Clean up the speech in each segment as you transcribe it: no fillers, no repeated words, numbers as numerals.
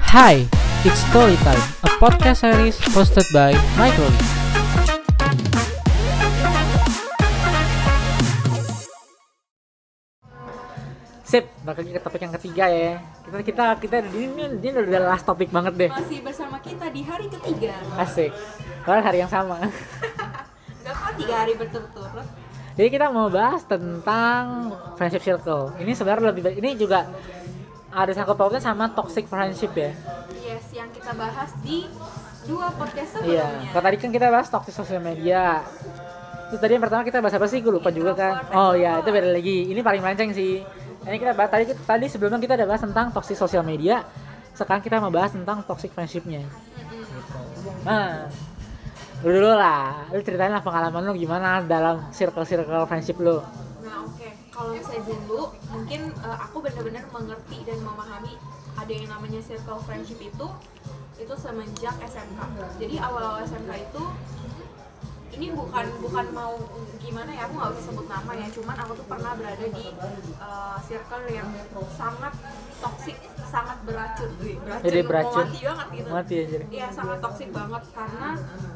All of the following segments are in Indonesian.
Hi, it's Storytime, a podcast series hosted by Michael. Sip, bakal ke topik yang ketiga ya. Kita ini udah last topik banget deh. Masih bersama kita di hari ketiga. Asik. Padahal hari yang sama. Enggak kok 3 hari berturut-turut. Jadi kita mau bahas tentang friendship circle. Ini sebenarnya ini juga ada sangkut pautnya sama toxic friendship ya. Yes, yang kita bahas di 2 podcast Iya. sebelumnya. Kalau tadi kan kita bahas toxic social media. Terus tadi yang pertama kita bahas apa sih? Gue lupa juga kan. Oh iya, itu beda lagi. Ini paling melenceng sih. Ini kita bahas tadi sebelumnya kita udah bahas tentang toxic social media. Sekarang kita mau bahas tentang toxic friendship-nya. Gitu. Nah, dulu lah. Lu ceritain lah pengalaman lu gimana dalam circle friendship lu. Nah, oke. Kalau misalnya dulu, mungkin aku benar-benar mengerti dan memahami ada yang namanya circle friendship itu semenjak SMK. Jadi awal-awal SMK itu ini bukan mau gimana ya, aku nggak usah sebut nama ya, cuman aku tuh pernah berada di circle yang sangat toksik, sangat beracun. Jadi beracun. Mati banget gitu. Mati aja. Iya, sangat toksik banget karena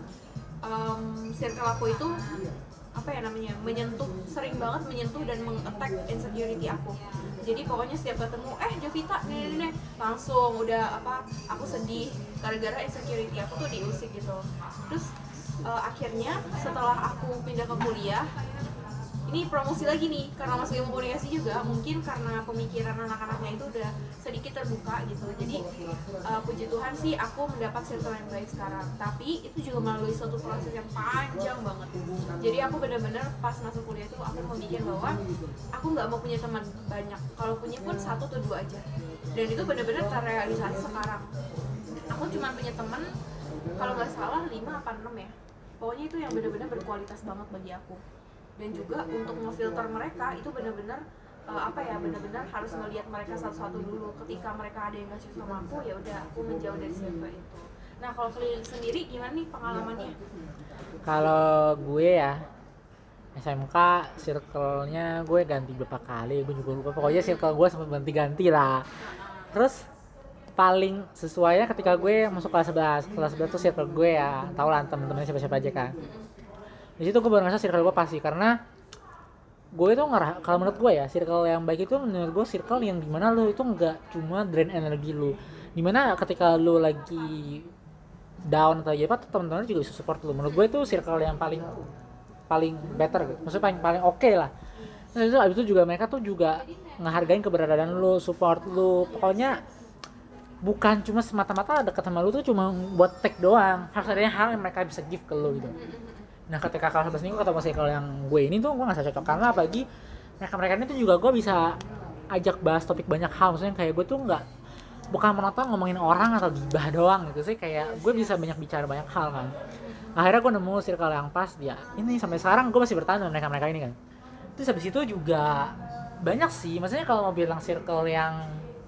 circle aku itu apa ya namanya, sering banget menyentuh dan meng-attack insecurity aku. Jadi pokoknya setiap ketemu Jovita nih langsung udah aku sedih gara-gara insecurity aku tuh diusik gitu. Terus akhirnya setelah aku pindah ke kuliah, ini promosi lagi nih, karena masuk ilmu komunikasi juga, mungkin karena pemikiran anak-anaknya itu udah sedikit terbuka gitu. Jadi puji Tuhan sih aku mendapat circle yang baik sekarang. Tapi itu juga melalui suatu proses yang panjang banget. Jadi aku benar-benar pas masuk kuliah itu aku memikir bahwa aku nggak mau punya teman banyak. Kalau punya pun 1 atau 2 aja. Dan itu benar-benar terrealisasi sekarang. Aku cuma punya teman kalau nggak salah 5 apa 6 ya. Pokoknya itu yang benar-benar berkualitas banget bagi aku. Dan juga untuk ngefilter mereka itu benar-benar benar-benar harus melihat mereka satu-satu dulu. Ketika mereka ada yang nggak cocok sama aku, ya udah aku menjauh dari circle itu. Nah, kalau kalian sendiri gimana nih pengalamannya? Kalau gue ya SMK circle-nya gue ganti berapa kali, gue juga lupa. Pokoknya circle gue sempat ganti-ganti lah. Terus paling sesuainya ketika gue masuk kelas 11 tuh circle gue ya, tau lah temen-temennya siapa-siapa aja kan. Di situ gue baru ngerasa circle gue pasti, karena gue itu kalau menurut gue ya, circle yang baik itu menurut gue circle yang dimana lu itu nggak cuma drain energi lu, dimana ketika lu lagi down atau apa, teman-teman juga bisa support lu. Menurut gue itu circle yang paling better gitu, maksudnya paling oke lah. Terus abis itu juga mereka tuh juga ngehargain keberadaan lu, support lu, pokoknya bukan cuma semata-mata dekat sama lu tuh cuma buat tag doang, harus ada hal yang mereka bisa give ke lu gitu. Nah, ketika kelas 11 ini gue ketemu circle yang gue ini tuh gue nggak cocok, karena apalagi mereka ini tuh juga gue bisa ajak bahas topik banyak hal. Maksudnya kayak gue tuh bukan menonton ngomongin orang atau gibah doang gitu sih, kayak gue bisa banyak bicara banyak hal kan. Akhirnya gue nemu circle yang pas dia ini, sampai sekarang gue masih bertahan dengan mereka ini kan. Terus habis itu juga banyak sih, maksudnya kalau mau bilang circle yang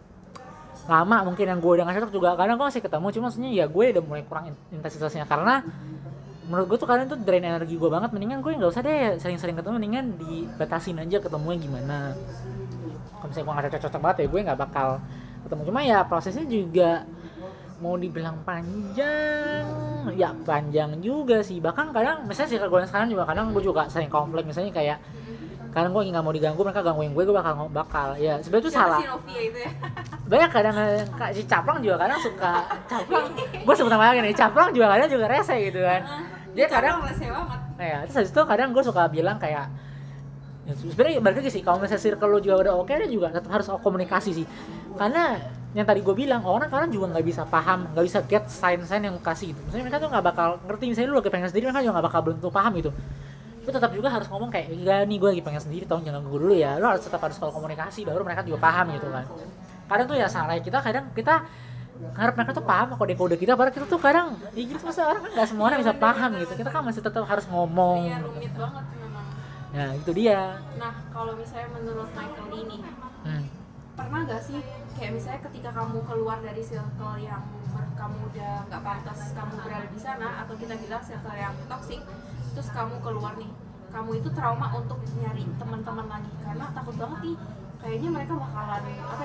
lama mungkin yang gue udah nggak cocok juga, kadang gue masih ketemu, cuma maksudnya ya gue udah mulai kurang intensitasnya, karena menurut gue tuh kadang tuh drain energi gue banget. Mendingan gue nggak usah deh sering-sering ketemu, mendingan dibatasin aja ketemunya gimana. Kalau misalnya gue nggak cocok banget ya gue nggak bakal ketemu. Cuma ya prosesnya juga mau dibilang panjang, ya panjang juga sih. Bahkan kadang misalnya circle gue yang sekarang juga kadang gue juga sering konflik, misalnya kayak kadang gue nggak mau diganggu, mereka gangguin gue bakal ya sebenarnya itu salah. Itu ya. Banyak kadang si Caplang juga kadang suka gue sebut nama lagi nih, Caplang juga kadang juga rese gitu kan. Dia kadang rese banget. Nah ya, terus habis itu kadang gue suka bilang kayak ya, sebenarnya balik lagi sih, kalau misalnya circle lu juga udah oke, dia juga tetap harus komunikasi sih. Karena yang tadi gue bilang, orang kadang juga nggak bisa paham, nggak bisa get sign-sign yang kasih gitu. Misalnya mereka tuh nggak bakal ngerti, misalnya lu lagi pengen sendiri, mereka juga nggak bakal belum tentu paham gitu. Lu tetap juga harus ngomong kayak, iya nih gue lagi pengen sendiri, tolong jangan ganggu dulu ya. Lu harus tetap kalau komunikasi, baru mereka juga paham gitu kan. Kadang tuh ya salah kadang kita harap mereka tuh paham kode-kode kita, padahal kita tuh kadang ya gitu, masa orang kan nggak semua orang bisa paham gitu. Kita kan masih tetap harus ngomong. Iya, rumit banget memang. Nah itu dia. Nah, kalau misalnya menurut Michael ini, pernah gak sih kayak misalnya ketika kamu keluar dari circle yang kamu udah nggak pantas kamu berada di sana, atau kita bilang circle yang toxic, terus kamu keluar nih, kamu itu trauma untuk nyari teman-teman lagi karena takut banget nih kayaknya mereka bakalan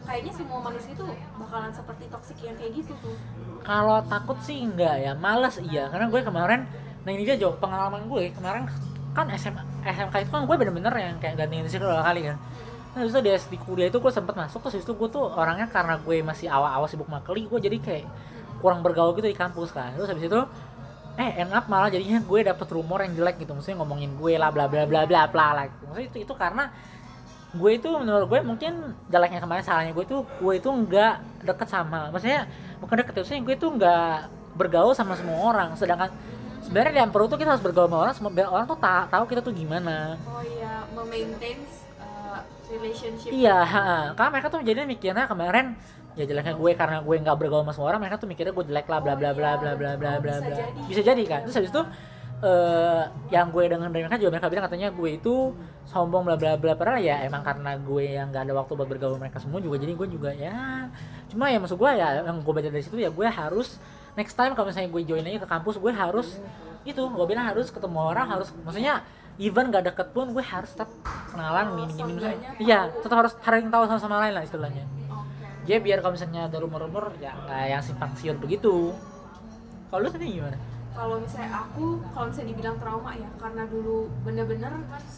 kayaknya semua manusia itu bakalan seperti toxic yang kayak gitu tuh. Kalau takut sih enggak ya, males iya. Karena gue kemarin, nah ini dia jauh pengalaman gue kemarin kan SMK itu kan gue bener-bener yang kayak gantiin circle 2 kali kan. Nah habis itu di kuliah itu gue sempet masuk, terus habis itu gue tuh orangnya karena gue masih awal-awal sibuk makeli, gue jadi kayak kurang bergaul gitu di kampus kan. Terus habis itu end up malah jadinya gue dapet rumor yang jelek gitu, maksudnya ngomongin gue lah bla bla bla bla bla lah gitu. Maksudnya itu karena gue itu menurut gue mungkin jeleknya kemarin, salahnya gue itu nggak deket sama, maksudnya bukan deket, maksudnya gue itu nggak bergaul sama semua orang, sedangkan sebenarnya di Ampero tuh kita harus bergaul sama orang, biar orang tuh tahu kita tuh gimana. Oh iya, memaintain relationship. Iya, karena mereka tuh jadi mikirnya kemarin ya jeleknya gue karena gue nggak bergaul sama semua orang, mereka tuh mikirnya gue jelek lah bla bla bla bla bla bla bla bla. Bisa jadi kan. Terus habis itu yang gue dengar dari mereka bilang katanya gue itu sombong bla bla bla, padahal ya emang karena gue yang nggak ada waktu buat bergaul mereka semua juga, jadi gue juga ya cuma ya maksud gue ya yang gue baca dari situ ya gue harus next time kalau misalnya gue join lagi ke kampus, gue harus itu gue bilang harus ketemu orang, harus maksudnya even gak deket pun gue harus tetap kenalan gini iya, tetap harus saling tahu sama lain lah istilahnya. Jadi biar kalau misalnya ada rumor-rumor ya yang simpang siur begitu. Kalau lu tadi gimana? Kalau misalnya kalau misalnya dibilang trauma ya, karena dulu bener-bener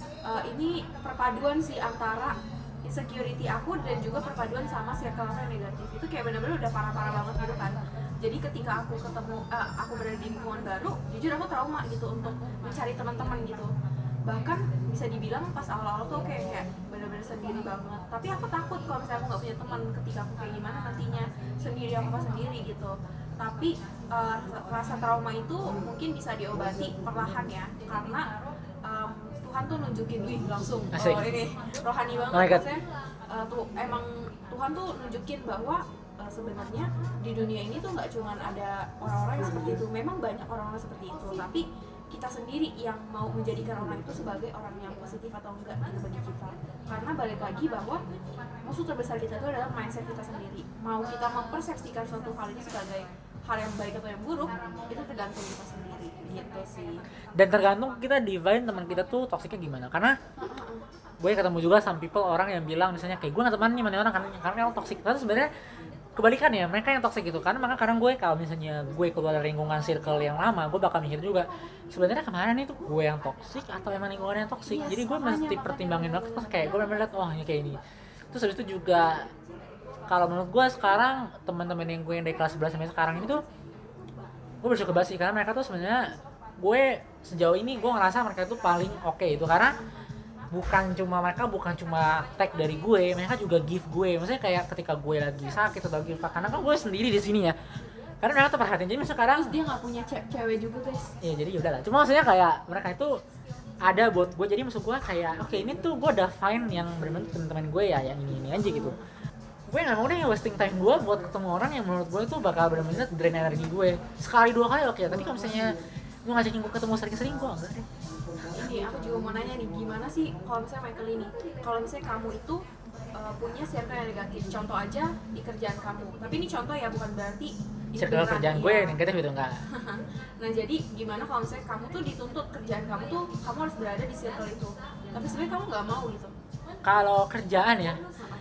ini perpaduan sih antara insecurity aku dan juga perpaduan sama circle aku yang negatif. Itu kayak bener-bener udah parah-parah banget gitu kan. Jadi ketika aku berada di lingkungan baru, jujur aku trauma gitu untuk mencari teman-teman gitu. Bahkan bisa dibilang pas awal-awal tuh kayak bener-bener sendiri banget. Tapi aku takut kalau misalnya aku nggak punya teman ketika aku kayak gimana nantinya, sendiri apa sendiri gitu. Tapi rasa trauma itu mungkin bisa diobati perlahan ya, karena Tuhan tuh nunjukin langsung ini rohani banget. Maksudnya tuh emang Tuhan tuh nunjukin bahwa sebenarnya di dunia ini tuh nggak cuma ada orang-orang yang seperti itu, memang banyak orang-orang seperti itu, tapi kita sendiri yang mau menjadikan orang itu sebagai orang yang positif atau enggak gitu bagi kita. Karena balik lagi bahwa musuh terbesar kita itu adalah mindset kita sendiri. Mau kita mempersepsikan suatu hal itu sebagai hal yang baik atau yang buruk, itu tergantung kita sendiri gitu sih. Dan tergantung kita define teman kita tuh toksiknya gimana. Karena gue ketemu juga some people orang yang bilang misalnya kayak gue nggak teman nih mana orang karena orang toksik. Tapi sebenarnya kebalikan ya, mereka yang toksik gitu. Karena maka kadang gue kalau misalnya gue keluar dari lingkungan circle yang lama, gue bakal mikir juga sebenarnya kemarin itu gue yang toksik atau emang lingkungan yang toksik. Yes, jadi gue mesti pertimbangin banget, terus kayak gue memang lihat oh ini kayak ini. Terus habis itu juga kalau menurut gue sekarang teman-teman yang gue yang dari kelas 11 sampai sekarang ini tuh gue bersyukur banget sih, karena mereka tuh sebenarnya gue sejauh ini gue ngerasa mereka tuh paling oke itu, karena bukan cuma tag dari gue, mereka juga give gue. Maksudnya kayak ketika gue lagi sakit atau lagi apa, karena kan gue sendiri di sini ya. Karena mereka tuh perhatian. Jadi sekarang terus dia nggak punya cewek juga guys. Iya jadi yaudahlah. Cuma maksudnya kayak mereka itu ada buat gue. Jadi maksud gue kayak oke, ini tuh gue udah find yang benar-benar teman-teman gue ya yang ini aja gitu. Gue nggak mau deh wasting time gue buat ketemu orang yang menurut gue tuh bakal benar-benar drain energi gue. Sekali dua kali oke, tapi kalau misalnya gue ngajakin gue ketemu sering-sering, gue enggak deh. Ini aku juga mau nanya nih, gimana sih kalau misalnya Michael ini, kalau misalnya kamu itu punya circle yang negatif, contoh aja di kerjaan kamu, tapi ini contoh ya, bukan berarti circle kerjaan gue yang negatif itu enggak. Nah jadi gimana kalau misalnya kamu tuh dituntut kerjaan kamu tuh kamu harus berada di circle itu, tapi sebenarnya kamu nggak mau gitu. Kalau kerjaan ya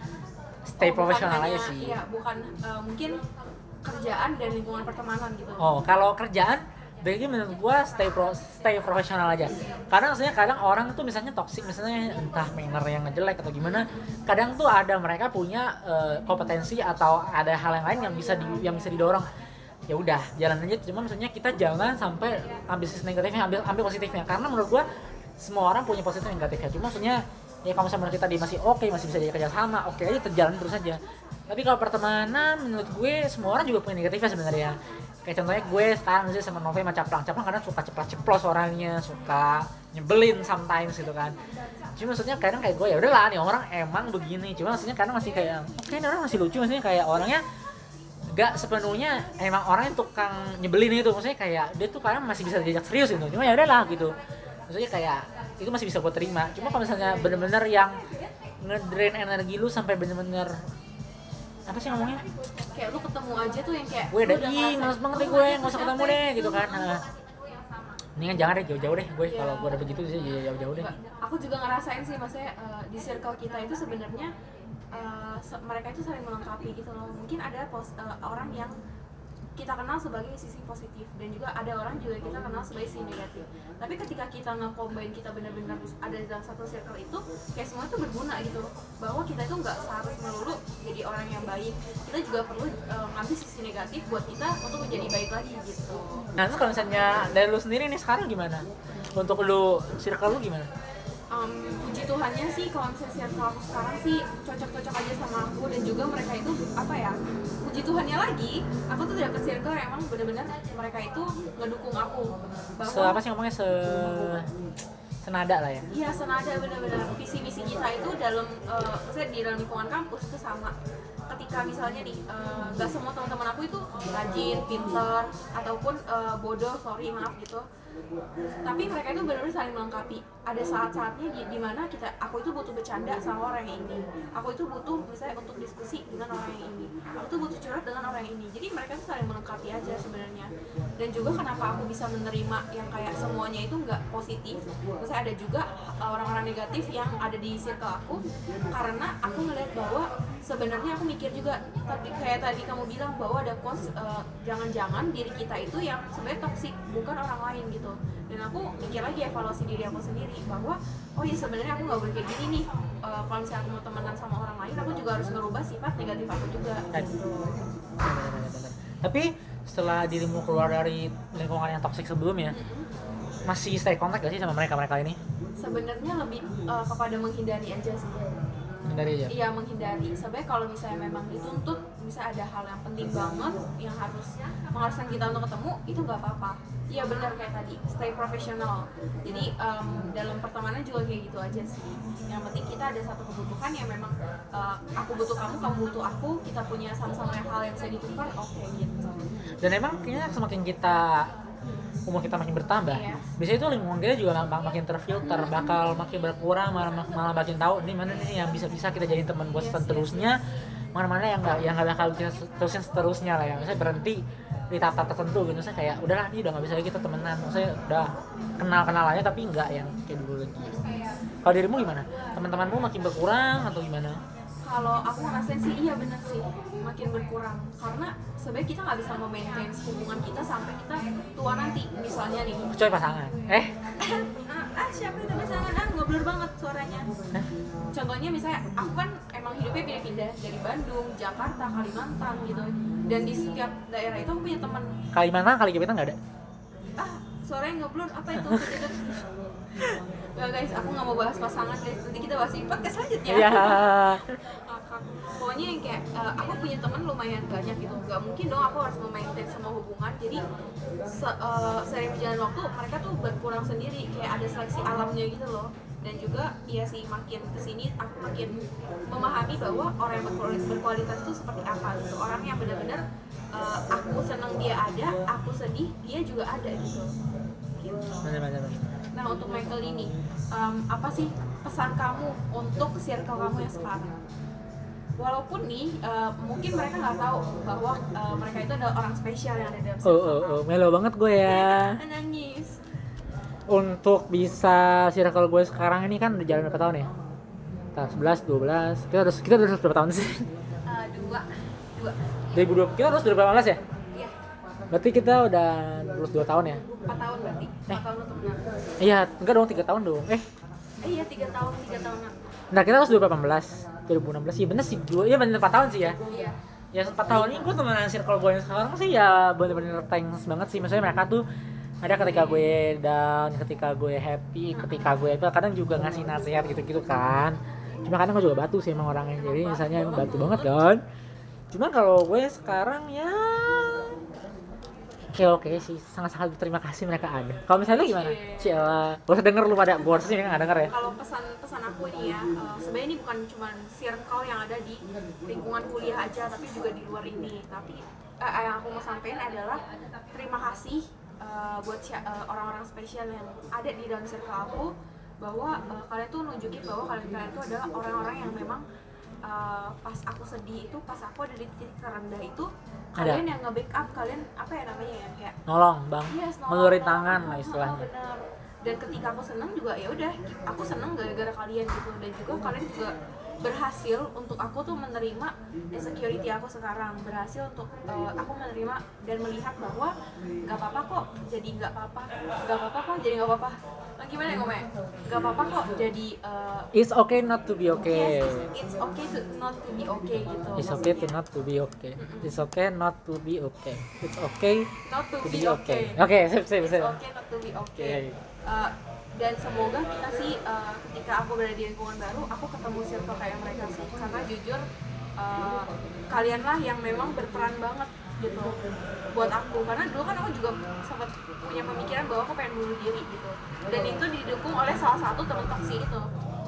stay profesional aja sih. Iya, bukan mungkin kerjaan dan lingkungan pertemanan gitu. Oh, kalau kerjaan berarti menurut gua stay profesional aja. Karena maksudnya kadang orang tuh misalnya toxic, misalnya entah manner yang ngejelek atau gimana, kadang tuh ada mereka punya kompetensi atau ada hal yang lain yang bisa didorong. Ya udah, jalan aja. Cuma maksudnya kita jangan sampai ambil sisi negatifnya, ambil positifnya. Karena menurut gua semua orang punya positif dan negatifnya. Cuma maksudnya ya kalau misalnya kita masih oke, masih bisa jadi kerja sama, oke aja, terjalan terus aja. Tapi kalau pertemanan menurut gue semua orang juga punya negatifnya sebenarnya. Kayak contohnya gue sekarang sih sama Novi sama Caplang kadang suka ceplos orangnya, suka nyebelin sometimes gitu kan. Cuma maksudnya kadang kayak gue ya udahlah nih orang emang begini. Cuma maksudnya kadang masih kayak oke, ini orang masih lucu, maksudnya kayak orangnya gak sepenuhnya emang orangnya tukang nyebelin itu. Maksudnya kayak dia tuh kadang masih bisa diajak serius gitu. Cuma ya udahlah gitu. Maksudnya kayak itu masih bisa gue terima. Cuma kalau misalnya bener-bener yang ngedrain energi lu sampai bener-bener apa sih ngomongnya? Kayak lu ketemu aja tuh yang kayak gue udah males banget deh gue, nggak usah ketemu deh gitu kan. Mendingan jangan deh, jauh-jauh deh gue. Kalau gue udah begitu sih jauh-jauh deh. Aku juga ngerasain sih, maksudnya di circle kita itu sebenarnya mereka itu saling melengkapi gitu loh. Mungkin ada orang yang kita kenal sebagai sisi positif dan juga ada orang juga kita kenal sebagai sisi negatif. Tapi ketika kita nge-combine, kita benar-benar ada dalam satu circle itu, kayak semua itu berguna gitu. Bahwa kita itu nggak seharus melulu jadi orang yang baik. Kita juga perlu ngambil sisi negatif buat kita untuk menjadi baik lagi gitu. Nah, terus kalau misalnya dari lu sendiri nih sekarang gimana? Untuk lu, circle lu gimana? Puji Tuhannya sih kalau misalnya circle aku sekarang sih cocok-cocok aja sama aku, dan juga mereka itu apa ya, puji Tuhannya lagi aku tuh dapet circle yang emang bener-bener mereka itu ngedukung aku bahwa Apa sih ngomongnya, senada lah ya? iya senada, bener-bener visi misi kita itu dalam maksudnya di dalam lingkungan kampus itu sama. Ketika misalnya nih gak semua teman-teman aku itu rajin, pinter, ataupun bodoh, maaf gitu, tapi mereka itu benar-benar saling melengkapi. Ada saat-saatnya di mana aku itu butuh bercanda sama orang yang ini, aku itu butuh misalnya untuk diskusi dengan orang yang ini, aku tuh butuh curhat dengan orang yang ini. Jadi mereka tuh saling melengkapi aja sebenarnya. Dan juga kenapa aku bisa menerima yang kayak semuanya itu nggak positif, misalnya ada juga orang-orang negatif yang ada di circle aku, karena aku ngeliat bahwa sebenarnya aku mikir juga kayak tadi kamu bilang bahwa ada jangan-jangan diri kita itu yang sebenarnya toksik, bukan orang lain gitu. Dan aku mikir lagi, evaluasi diri aku sendiri bahwa oh iya sebenarnya aku nggak boleh kayak gini nih. Kalau misalnya aku mau temenan sama orang lain, aku juga harus merubah sifat negatif aku juga gitu. Tapi setelah dirimu keluar dari lingkungan yang toksik sebelumnya, masih stay kontak gak sih sama mereka ini? Sebenarnya lebih kepada menghindari aja sih. Menghindari aja? Iya, menghindari. Sebenarnya kalau misalnya memang dituntut, misalnya ada hal yang penting banget yang harus mengharuskan kita untuk ketemu, itu nggak apa-apa. Iya benar kayak tadi, stay profesional. Jadi dalam pertemanan juga kayak gitu aja sih. Yang penting kita ada satu kebutuhan yang memang aku butuh kamu, kamu butuh aku, kita punya sama-sama hal yang bisa ditukar, oke gitu. Dan emang kayaknya semakin kita umur kita makin bertambah, biasanya itu lingkungan kita juga makin terfilter, bakal makin berkurang, malah makin tahu nih mana nih yang bisa kita jadiin teman buat seterusnya, mana yang nggak bakal kita terusin seterusnya lah ya. Misalnya berhenti di tahap tertentu gitu, saya kayak udahlah ini udah nggak bisa lagi kita temenan, maksudnya udah kenal aja tapi nggak yang kayak dulu lagi. Kalau dirimu gimana? Teman-temanmu makin berkurang atau gimana? Kalau aku ngerasain sih iya bener sih, makin berkurang. Karena sebenarnya kita nggak bisa memaintain hubungan kita sampai kita tua nanti. Misalnya nih, kecuali pasangan. Siapa itu pasangan? Ngeblur banget suaranya. Contohnya misalnya aku kan emang hidupnya pindah-pindah dari Bandung, Jakarta, Kalimantan gitu. Dan di setiap daerah itu aku punya teman. Kalimantan, Kalimantan nggak ada? Suaranya ngeblur, apa itu? Gak guys, aku nggak mau bahas pasangan guys, nanti kita bahas di podcast selanjutnya. Pokoknya yang kayak aku punya teman lumayan banyak gitu, nggak mungkin dong aku harus memaintain semua hubungan. Jadi seiring berjalan waktu mereka tuh berkurang sendiri, kayak ada seleksi alamnya gitu loh. Dan juga iya sih, makin kesini aku makin memahami bahwa orang yang berkualitas itu seperti apa gitu. Orang yang benar-benar aku senang dia ada, aku sedih dia juga ada gitu. Benar. Nah untuk Michael ini, apa sih pesan kamu untuk circle kamu yang sekarang? Walaupun nih, mungkin mereka nggak tahu bahwa mereka itu adalah orang spesial yang ada dalam circle kamu. Melo banget gue ya. Nangis. Untuk bisa circle gue sekarang ini kan udah jalan berapa tahun ya? Tahun 11, 12. Kita udah berapa tahun sih? 2020. Kita harus 2018 ya? Iya. Berarti kita udah lulus 2 tahun ya? 4 tahun berarti. 4 tahun untuk benar. Iya, enggak dong, 3 tahun dong. Iya, 3 tahunan. Nah, kita harus 2016. Iya bener sih, iya bener 4 tahun sih ya. Iya. Ya 4 tahun ini gue temenan circle gue yang sekarang sih ya bener-bener thanks banget sih. Maksudnya mereka tuh ada ketika gue down, ketika gue happy, ketika gue kadang juga ngasih nasihat gitu-gitu kan. Cuma kadang gue juga batu sih emang orangnya, jadi misalnya emang batu banget kan. Cuman kalau gue sekarang ya oke sih, sangat-sangat berterima kasih mereka ada. Kalau misalnya gimana? Cila, gue denger lu pada gue sih nggak denger ya. Kalau pesan aku ini ya, sebenarnya ini bukan cuma circle yang ada di lingkungan kuliah aja, tapi juga di luar ini. Tapi yang aku mau sampaikan adalah terima kasih buat orang-orang spesial yang ada di dalam circle aku, bahwa kalian tuh nunjukin bahwa kalian tuh adalah orang-orang yang memang pas aku sedih itu, pas aku ada di titik terendah itu, kalian yang nge-backup, kalian apa ya namanya ya, kayak nolong bang, melurin tangan lah istilahnya. Bener. Dan ketika aku seneng juga ya udah, aku seneng gara-gara kalian gitu. Dan juga kalian juga berhasil untuk aku tuh menerima insecurity aku sekarang, berhasil untuk aku menerima dan melihat bahwa nggak apa-apa kok jadi nggak apa-apa, nggak apa-apa kok jadi nggak apa-apa. Gimana ya ngomongnya, nggak apa-apa kok jadi It's okay not to be okay. yes, it's okay to not to be okay gitu. It's okay to not to be okay. It's okay not to be okay. It's okay Not to to be be okay. okay. Oke, sip. It's okay not to be okay. Dan semoga kita sih ketika aku berada di lingkungan baru, aku ketemu circle kayak mereka sih, karena jujur kalianlah yang memang berperan banget gitu buat aku, karena dulu kan aku juga sempat punya pemikiran bahwa aku pengen bunuh diri gitu, dan itu didukung oleh salah satu teman toksik itu.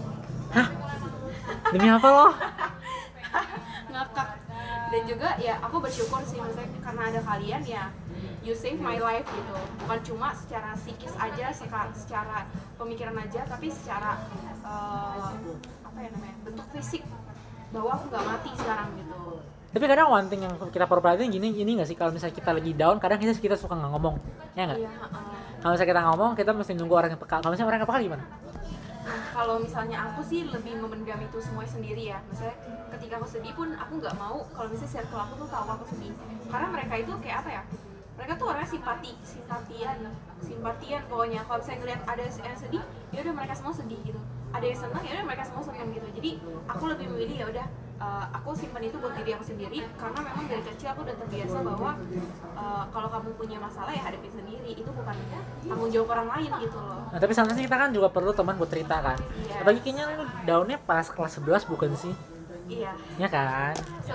Demi apa lo? Ngakak. Dan juga ya aku bersyukur sih maksudnya karena ada kalian ya, you save my life gitu, bukan cuma secara psikis aja, secara pemikiran aja, tapi secara apa ya namanya, bentuk fisik bahwa aku nggak mati sekarang gitu. Tapi kadang one thing yang kita perlu perhatiin ini nggak sih, kalau misalnya kita lagi down, kadang kita suka nggak ngomong, ya nggak? Iya, Kalau misalnya kita ngomong, kita mesti nunggu orang yang peka. Kalau misalnya orang yang peka gimana? Nah, kalau misalnya aku sih lebih memendam itu semua sendiri ya. Misalnya ketika aku sedih pun aku nggak mau kalau misalnya circle aku tuh tahu aku sedih. Karena mereka itu kayak apa ya? Mereka tuh orangnya simpatian pokoknya. Kalau misalnya ngeliat ada yang sedih, ya udah mereka semua sedih gitu. Ada yang senang, ya udah mereka semua senang gitu. Jadi aku lebih memilih ya udah aku simpan itu buat diri aku sendiri, karena memang dari kecil aku udah terbiasa bahwa kalau kamu punya masalah ya hadapin sendiri, itu bukan tanggung jawab orang lain gitu loh. Nah, tapi sebenarnya kita kan juga perlu teman buat cerita kan. Iya. Apalagi kayaknya lu downnya pas kelas 11 bukan sih? Iya. Ya kan?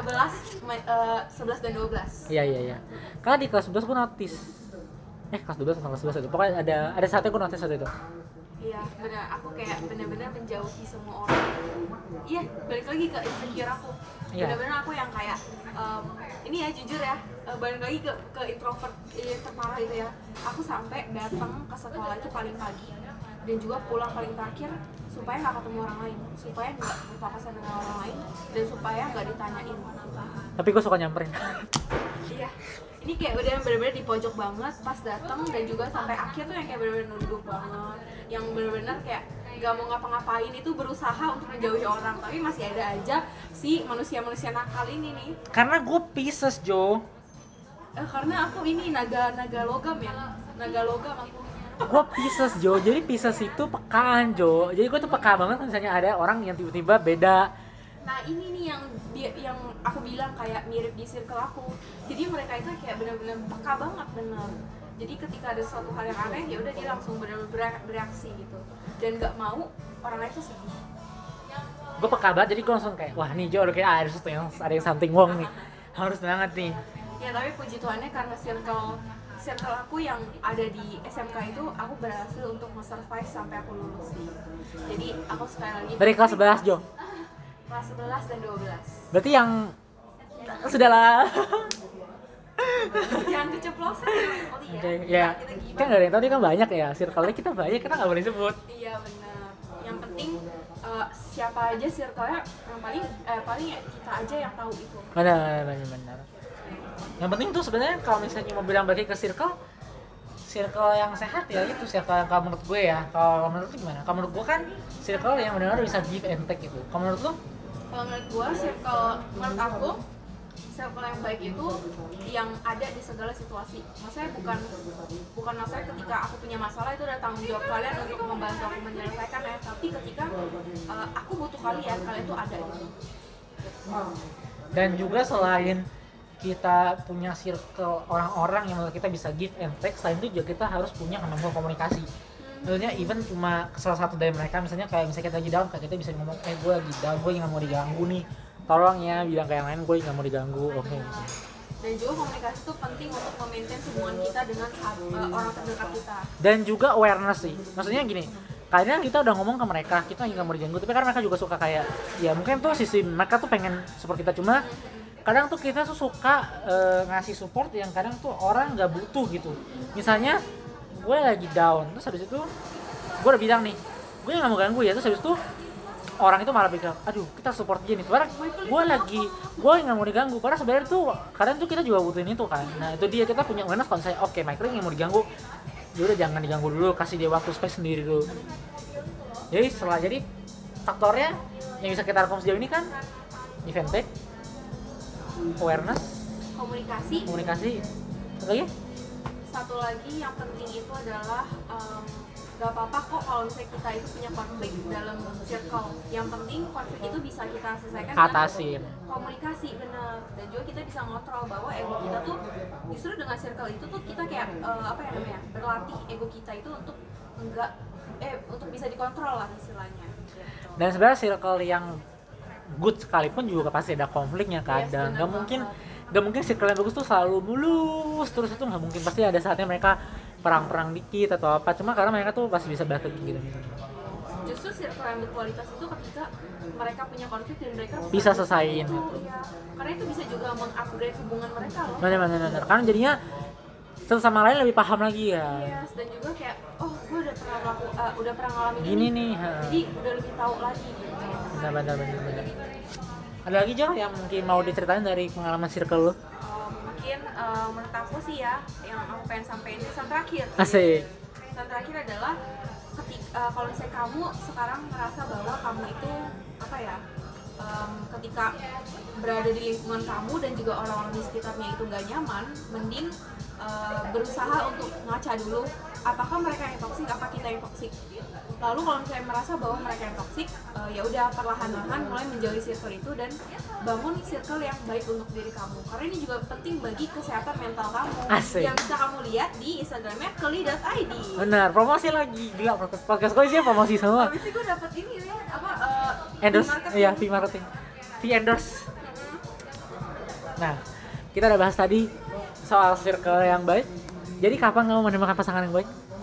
11 dan 12. Iya. Karena di kelas 11 gue notice. Kelas 12 atau kelas 11 itu. Pokoknya ada saatnya gue notice saat itu. Iya, benar. Aku kayak benar-benar menjauhi semua orang. Iya, balik lagi ke insecure aku. Iya. Benar-benar aku yang kayak ini ya jujur ya, balik lagi ke introvert terparah itu ya. Aku sampai datang ke sekolah itu paling pagi dan juga pulang paling terakhir supaya nggak ketemu orang lain, supaya nggak berpapasan dengan orang lain, dan supaya nggak ditanyain. Tapi gue suka nyamperin. Iya, ini kayak udah bener-bener di pojok banget pas datang, dan juga sampai akhir tuh yang kayak bener-bener nunduk banget, yang bener-bener kayak gak mau ngapa-ngapain, itu berusaha untuk menjauhi orang, tapi masih ada aja si manusia-manusia nakal ini nih. Karena gue Pisces, Jo. Karena aku ini naga logam ya, naga logam aku. Gue Pisces, Jo. Jadi Pisces itu pekaan, Jo. Jadi gue tuh peka banget misalnya ada orang yang tiba-tiba beda. Nah ini nih yang aku bilang kayak mirip di circle aku. Jadi mereka itu kayak benar-benar peka banget, bener. Jadi ketika ada suatu hal yang aneh, ya udah dia langsung benar-benar bereaksi gitu, dan nggak mau orang lain tuh sedih. Gue peka banget, jadi gue langsung kayak, wah nih Jo, kayak ada sesuatu yang ada yang something wrong nih, harus banget nih. Ya tapi puji Tuhannya karena circle aku yang ada di SMK itu, aku berhasil untuk nge-survive sampai aku lulus sih. Jadi aku sekali lagi Dari kelas 11, Jo? Kelas 11 dan 12. Berarti yang sudahlah. Jangan keceplosan ya, Oli ya. Ya, Kita gibah. kan gak ada yang tahu, dia kan banyak ya, circle-nya kita banyak, kita gak boleh sebut. Iya benar. Yang penting siapa aja circle-nya, yang paling ya kita aja yang tahu itu. Benar. Yang penting tuh sebenarnya kalau misalnya mau bilang bagi ke circle yang sehat ya itu circle yang kalau menurut gue ya. Kalau menurut lu gimana? Kalau menurut gue kan circle yang benar-benar bisa give and take gitu. Kalau menurut lu? Kalau menurut gue menurut aku circle yang baik itu yang ada di segala situasi. Maksudnya bukan maksudnya ketika aku punya masalah itu udah tanggung jawab kalian untuk membantu aku menyelesaikan ya, tapi ketika aku butuh kalian tuh ada gitu. Dan juga selain kita punya circle orang-orang yang menurut kita bisa give and take, selain itu juga kita harus punya kemampuan komunikasi. Maksudnya even cuma salah satu dari mereka, misalnya kita lagi down, kayak kita bisa ngomong, gue lagi down, gue nggak mau diganggu nih, tolong ya bilang kayak yang lain, gue nggak mau diganggu, oke. Dan juga komunikasi itu penting untuk memaintain hubungan kita dengan orang terdekat kita. Dan juga awareness sih, maksudnya gini, kadang kita udah ngomong ke mereka, kita nggak mau diganggu, tapi karena mereka juga suka kayak, ya mungkin tuh sisi mereka tuh pengen support kita, cuma kadang tuh kita tuh suka ngasih support yang kadang tuh orang nggak butuh gitu. Misalnya gue lagi down, terus habis itu gue udah bilang nih, gue nggak mau ganggu ya, terus habis itu orang itu malah bilang, aduh kita support dia nih, padahal gue nggak mau diganggu, karena sebenarnya tuh kadang tuh kita juga butuhin itu kan. Nah itu dia, kita punya awareness kalau misalnya oke, Michael nggak mau diganggu, udah jangan diganggu dulu, kasih dia waktu space sendiri dulu. Jadi faktornya yang bisa kita rangkum sejauh ini kan event tech, awareness, komunikasi. Satu lagi yang penting itu adalah gak apa-apa kok kalau misalnya kita itu punya konflik dalam circle. Yang penting konflik itu bisa kita selesaikan atasin dengan komunikasi, bener. Dan juga kita bisa ngontrol bahwa ego kita tuh justru dengan circle itu tuh kita kayak berlatih ego kita itu untuk untuk bisa dikontrol lah istilahnya. Dan sebenarnya circle yang good sekalipun juga pasti ada konfliknya kadang. Yes, Gak mungkin circle yang bagus tuh selalu mulus terus, itu nggak mungkin, pasti ada saatnya mereka perang-perang dikit atau apa, cuma karena mereka tuh pasti bisa balik gitu. Justru circle yang berkualitas itu ketika mereka punya konflik dan mereka bisa selesaiin itu, ya. Karena itu bisa juga mengupgrade hubungan mereka loh. Benar. Karena jadinya satu sama lain lebih paham lagi ya. Yes, dan juga kayak gue udah pernah ngalamin gini nih. Jadi udah lebih tahu lagi gitu. Benar. Ada lagi Jo yang mungkin mau diceritain dari pengalaman circle lo? Mungkin menurut aku sih ya, yang aku pengen sampein pesan terakhir. Asik. Pesan terakhir adalah kalau misalnya kamu sekarang merasa bahwa kamu itu ketika berada di lingkungan kamu dan juga orang-orang di sekitarnya itu nggak nyaman, mending berusaha untuk ngaca dulu apakah mereka yang toksik, apa kita yang toksik. Lalu kalau misalnya merasa bahwa mereka yang toksik, ya udah perlahan-lahan mulai menjauhi circle itu dan bangun circle yang baik untuk diri kamu. Karena ini juga penting bagi kesehatan mental kamu. Asik. Yang bisa kamu lihat di Instagramnya keli.id. Benar, promosi lagi, gila podcast gue sih promosi semua. Habis itu gue dapet ini ya, endorse, iya, fee marketing, fee endorse. Nah, kita udah bahas tadi soal circle yang baik. Jadi kapan kamu menemukan pasangan yang baik?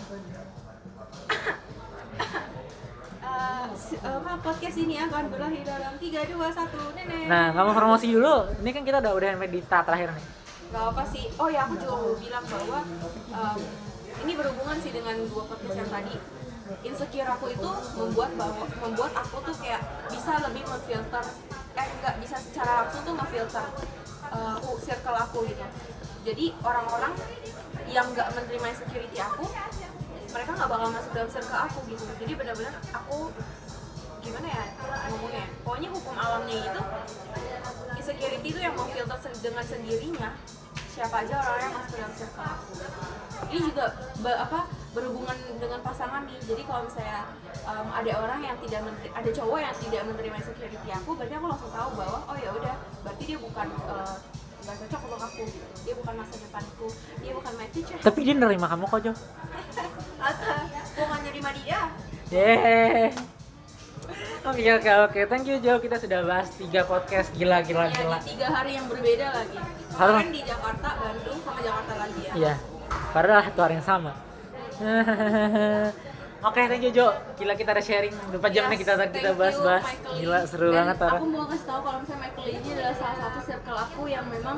Podcast ini akan berakhir dalam 3, 2, 1, nenek. Nah, kamu promosi dulu. Ini kan kita udah sampai di tahap terakhir nih. Gak apa sih. Oh ya, aku juga mau bilang bahwa ini berhubungan sih dengan 2 podcast yang tadi. Insecure aku itu membuat aku tuh kayak bisa lebih memfilter, nggak bisa secara langsung tuh memfilter circle aku gitu. Jadi orang-orang yang nggak menerima insecurity aku, mereka nggak bakal masuk dalam circle aku gitu. Jadi benar-benar aku gimana ya ngomongnya, pokoknya hukum alamnya itu insecurity itu yang mau filter dengan sendirinya siapa aja orang yang masuk dalam circle aku. Ini juga berhubungan dengan pasangan nih. Jadi kalau misalnya ada orang yang ada cowok yang tidak menerima insecurity aku, berarti aku langsung tahu bahwa oh ya udah, berarti dia bukan nggak cocok untuk aku, dia bukan masa depanku, dia bukan my future. Tapi dia nerima kamu kok Jo. Bukan nerima dia. Yeay. Oke. Thank you Jo. Kita sudah bahas 3 podcast gila. Ya, di 3 hari yang berbeda lagi. Kemarin di Jakarta, Bandung, sama Jakarta lagi ya. Iya. Padahal satu hari yang sama. Oke, thank you Jo. Gila, kita ada sharing 4 jam nih kita bahas. Gila, seru dan banget Tara. Aku mau kasih tahu kalau misalnya Michael ini adalah salah satu circle aku yang memang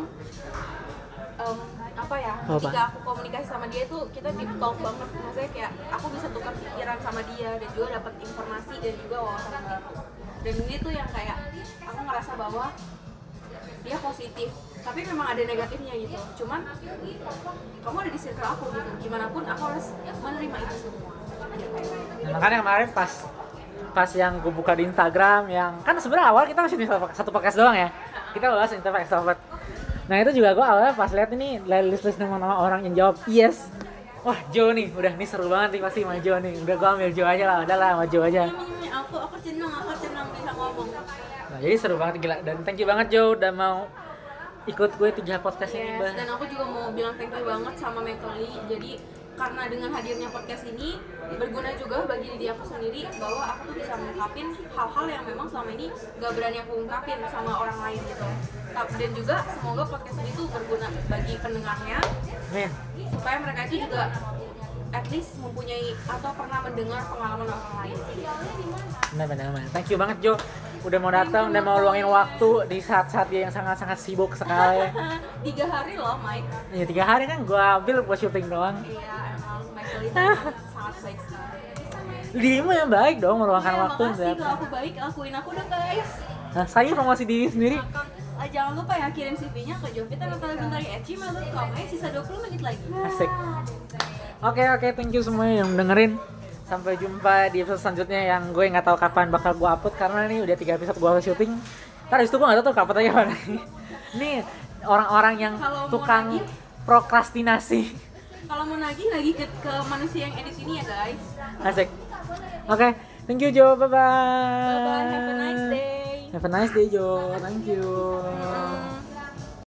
ketika aku komunikasi sama dia tuh kita deep talk banget. Maksudnya kayak aku bisa tukar pikiran sama dia dan juga dapat informasi dan juga wawasan gitu. Dan ini tuh yang kayak aku ngerasa bahwa dia positif, tapi memang ada negatifnya gitu. Cuman kamu ada di circle aku gitu, gimana pun aku harus menerima itu semua. Nah, makanya kemarin pas yang gue buka di Instagram, yang kan sebenarnya awal kita masih di satu podcast doang ya, kita bahas introvert extrovert. Nah itu juga gue awalnya pas lihat ini list nama orang yang jawab yes, wah Jo nih, udah nih seru banget nih pasti sama Jo nih, udah gue ambil Jo aja lah, udahlah sama Jo aja. Aku senang bisa ngomong. Nah jadi seru banget gila, dan thank you banget Jo udah mau ikut gue 3 podcast ini. Yes, dan aku juga mau bilang thank you banget sama Mekeli. Jadi karena dengan hadirnya podcast ini berguna juga bagi diri aku sendiri bahwa aku tuh bisa mengungkapin hal-hal yang memang selama ini gak berani aku ungkapin sama orang lain gitu. Dan juga semoga podcast ini tuh berguna bagi pendengarnya. Amin. Supaya mereka itu juga at least mempunyai atau pernah mendengar pengalaman orang lain. Benar. Thank you banget Jo udah mau datang dan mau luangin waktu di saat-saat dia yang sangat-sangat sibuk sekali. 3 hari loh Mike. Iya 3 hari kan gue ambil buat syuting doang. Iya emang Michael itu sangat baik sekali. Dirimu yang baik dong meluangkan waktu. Makasih kalau aku baik, akuin aku dong guys. Nah saya promosi diri sendiri. Jangan lupa ya kirim CV-nya ke jovita@gmail.com. Sisa 20 menit lagi. Asik. Oke, thank you semuanya yang dengerin. Sampai jumpa di episode selanjutnya yang gue nggak tahu kapan bakal gue upload karena ini udah 3 episode gue syuting. Ntar itu gue nggak tahu tuh kapan aja mana. Ini orang-orang yang Kalau mau tukang nagih, prokrastinasi. kalau mau nagih ke manusia yang edit ini ya guys. Asik. Oke, thank you Jo, bye bye. Bye bye, have a nice day. Have a nice day Jo, thank you.